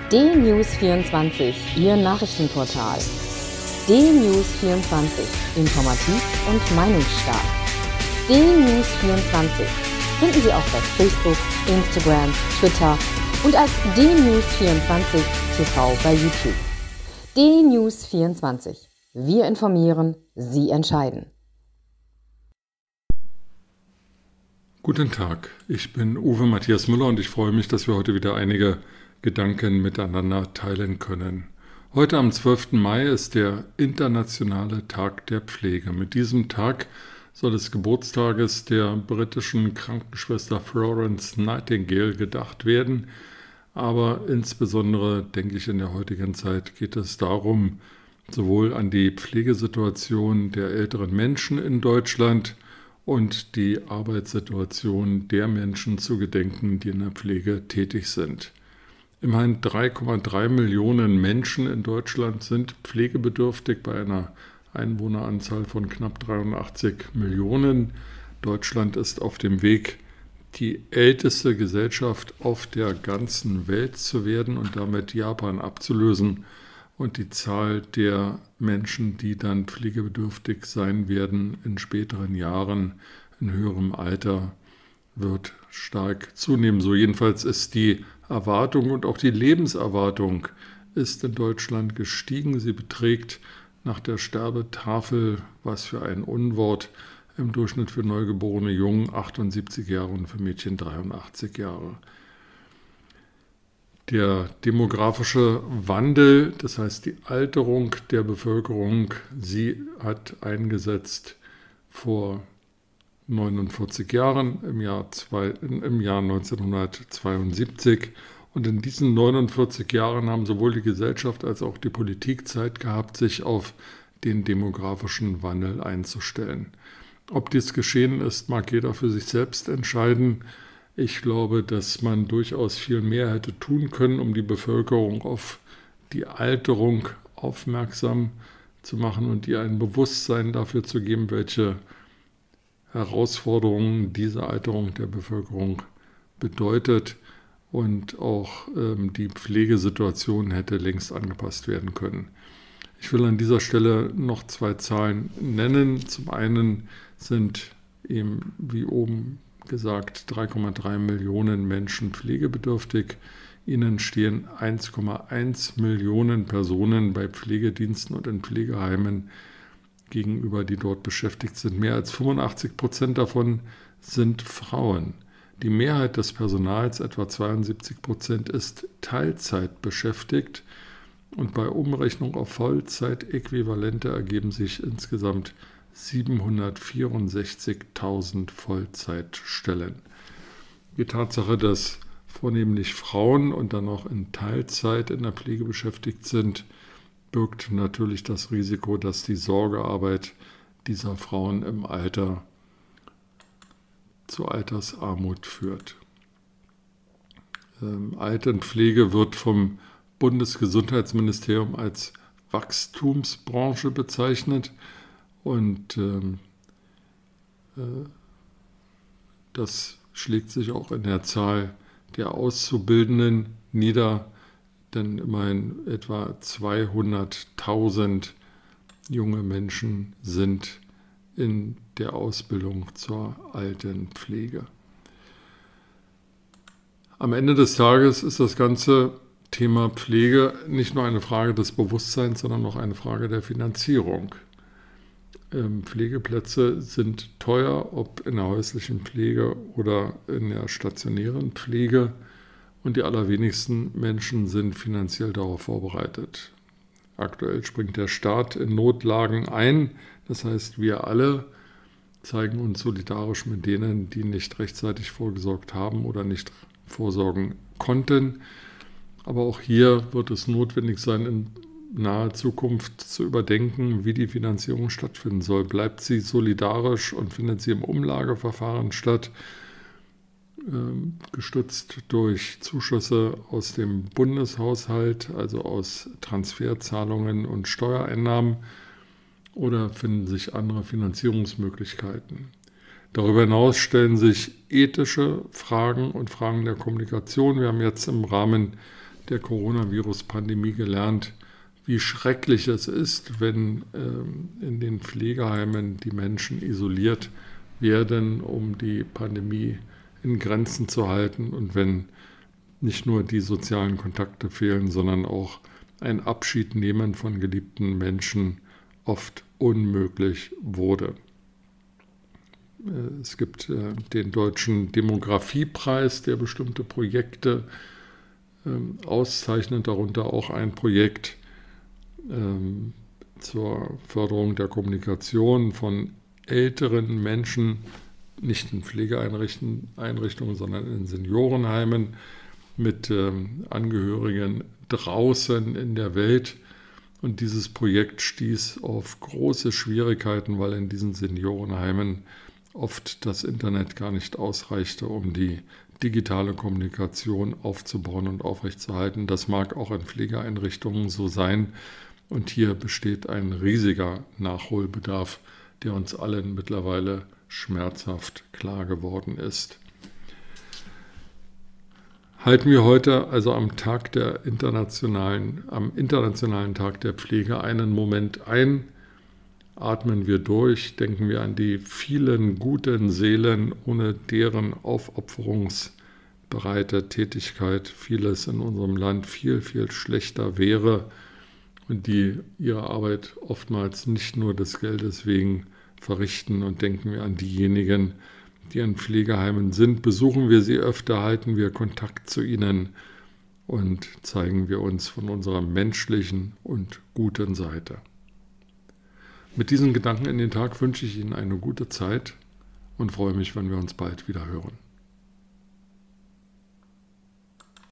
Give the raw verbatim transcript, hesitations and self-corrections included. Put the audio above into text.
D News vierundzwanzig, Ihr Nachrichtenportal. D News vierundzwanzig, informativ und meinungsstark. D News vierundzwanzig finden Sie auch bei Facebook, Instagram, Twitter und als D News vierundzwanzig T V bei YouTube. D News vierundzwanzig. Wir informieren, Sie entscheiden. Guten Tag, ich bin Uwe Matthias Müller und ich freue mich, dass wir heute wieder einige Gedanken miteinander teilen können. Heute am zwölften Mai ist der Internationale Tag der Pflege. Mit diesem Tag soll des Geburtstages der britischen Krankenschwester Florence Nightingale gedacht werden. Aber insbesondere, denke ich, in der heutigen Zeit geht es darum, sowohl an die Pflegesituation der älteren Menschen in Deutschland und die Arbeitssituation der Menschen zu gedenken, die in der Pflege tätig sind. Immerhin drei Komma drei Millionen Menschen in Deutschland sind pflegebedürftig bei einer Einwohneranzahl von knapp dreiundachtzig Millionen. Deutschland ist auf dem Weg, die älteste Gesellschaft auf der ganzen Welt zu werden und damit Japan abzulösen. Und die Zahl der Menschen, die dann pflegebedürftig sein werden in späteren Jahren, in höherem Alter, wird stark zunehmen. So jedenfalls ist die Erwartung und auch die Lebenserwartung ist in Deutschland gestiegen. Sie beträgt nach der Sterbetafel, was für ein Unwort, im Durchschnitt für neugeborene Jungen achtundsiebzig Jahre und für Mädchen dreiundachtzig Jahre. Der demografische Wandel, das heißt die Alterung der Bevölkerung, sie hat eingesetzt vor neunundvierzig Jahren, im Jahr, zwei, im Jahr neunzehnhundertzweiundsiebzig. Und in diesen neunundvierzig Jahren haben sowohl die Gesellschaft als auch die Politik Zeit gehabt, sich auf den demografischen Wandel einzustellen. Ob dies geschehen ist, mag jeder für sich selbst entscheiden. Ich glaube, dass man durchaus viel mehr hätte tun können, um die Bevölkerung auf die Alterung aufmerksam zu machen und ihr ein Bewusstsein dafür zu geben, welche Herausforderungen diese Alterung der Bevölkerung bedeutet. Und auch ähm, die Pflegesituation hätte längst angepasst werden können. Ich will an dieser Stelle noch zwei Zahlen nennen. Zum einen sind eben, wie oben gesagt, drei Komma drei Millionen Menschen pflegebedürftig. Ihnen stehen eins Komma eins Millionen Personen bei Pflegediensten und in Pflegeheimen gegenüber, die dort beschäftigt sind. Mehr als fünfundachtzig Prozent davon sind Frauen. Die Mehrheit des Personals, etwa zweiundsiebzig Prozent, ist Teilzeit beschäftigt und bei Umrechnung auf Vollzeitäquivalente ergeben sich insgesamt siebenhundertvierundsechzigtausend Vollzeitstellen. Die Tatsache, dass vornehmlich Frauen und dann auch in Teilzeit in der Pflege beschäftigt sind, birgt natürlich das Risiko, dass die Sorgearbeit dieser Frauen im Alter zu Altersarmut führt. Ähm, Altenpflege wird vom Bundesgesundheitsministerium als Wachstumsbranche bezeichnet und ähm, äh, das schlägt sich auch in der Zahl der Auszubildenden nieder, denn immerhin etwa zweihunderttausend junge Menschen sind in der Ausbildung zur Altenpflege. Am Ende des Tages ist das ganze Thema Pflege nicht nur eine Frage des Bewusstseins, sondern auch eine Frage der Finanzierung. Ähm, Pflegeplätze sind teuer, ob in der häuslichen Pflege oder in der stationären Pflege, und die allerwenigsten Menschen sind finanziell darauf vorbereitet. Aktuell springt der Staat in Notlagen ein, das heißt, wir alle zeigen uns solidarisch mit denen, die nicht rechtzeitig vorgesorgt haben oder nicht vorsorgen konnten. Aber auch hier wird es notwendig sein, in naher Zukunft zu überdenken, wie die Finanzierung stattfinden soll. Bleibt sie solidarisch und findet sie im Umlageverfahren statt, ähm, gestützt durch Zuschüsse aus dem Bundeshaushalt, also aus Transferzahlungen und Steuereinnahmen, oder finden sich andere Finanzierungsmöglichkeiten? Darüber hinaus stellen sich ethische Fragen und Fragen der Kommunikation. Wir haben jetzt im Rahmen der Coronavirus-Pandemie gelernt, wie schrecklich es ist, wenn ähm, in den Pflegeheimen die Menschen isoliert werden, um die Pandemie in Grenzen zu halten und wenn nicht nur die sozialen Kontakte fehlen, sondern auch ein Abschied nehmen von geliebten Menschen oft unmöglich wurde. Es gibt äh, den Deutschen Demografiepreis, der bestimmte Projekte äh, auszeichnet, darunter auch ein Projekt ähm, zur Förderung der Kommunikation von älteren Menschen, nicht in Pflegeeinrichtungen, sondern in Seniorenheimen mit ähm, Angehörigen draußen in der Welt. Und dieses Projekt stieß auf große Schwierigkeiten, weil in diesen Seniorenheimen oft das Internet gar nicht ausreichte, um die digitale Kommunikation aufzubauen und aufrechtzuerhalten. Das mag auch in Pflegeeinrichtungen so sein. Und hier besteht ein riesiger Nachholbedarf, der uns allen mittlerweile schmerzhaft klar geworden ist. Halten wir heute also am Tag der internationalen, am internationalen Tag der Pflege einen Moment ein, atmen wir durch, denken wir an die vielen guten Seelen, ohne deren aufopferungsbereite Tätigkeit vieles in unserem Land viel, viel schlechter wäre und die ihre Arbeit oftmals nicht nur des Geldes wegen verrichten, und denken wir an diejenigen, die in Pflegeheimen sind. Besuchen wir sie öfter, halten wir Kontakt zu ihnen und zeigen wir uns von unserer menschlichen und guten Seite. Mit diesen Gedanken in den Tag wünsche ich Ihnen eine gute Zeit und freue mich, wenn wir uns bald wieder hören.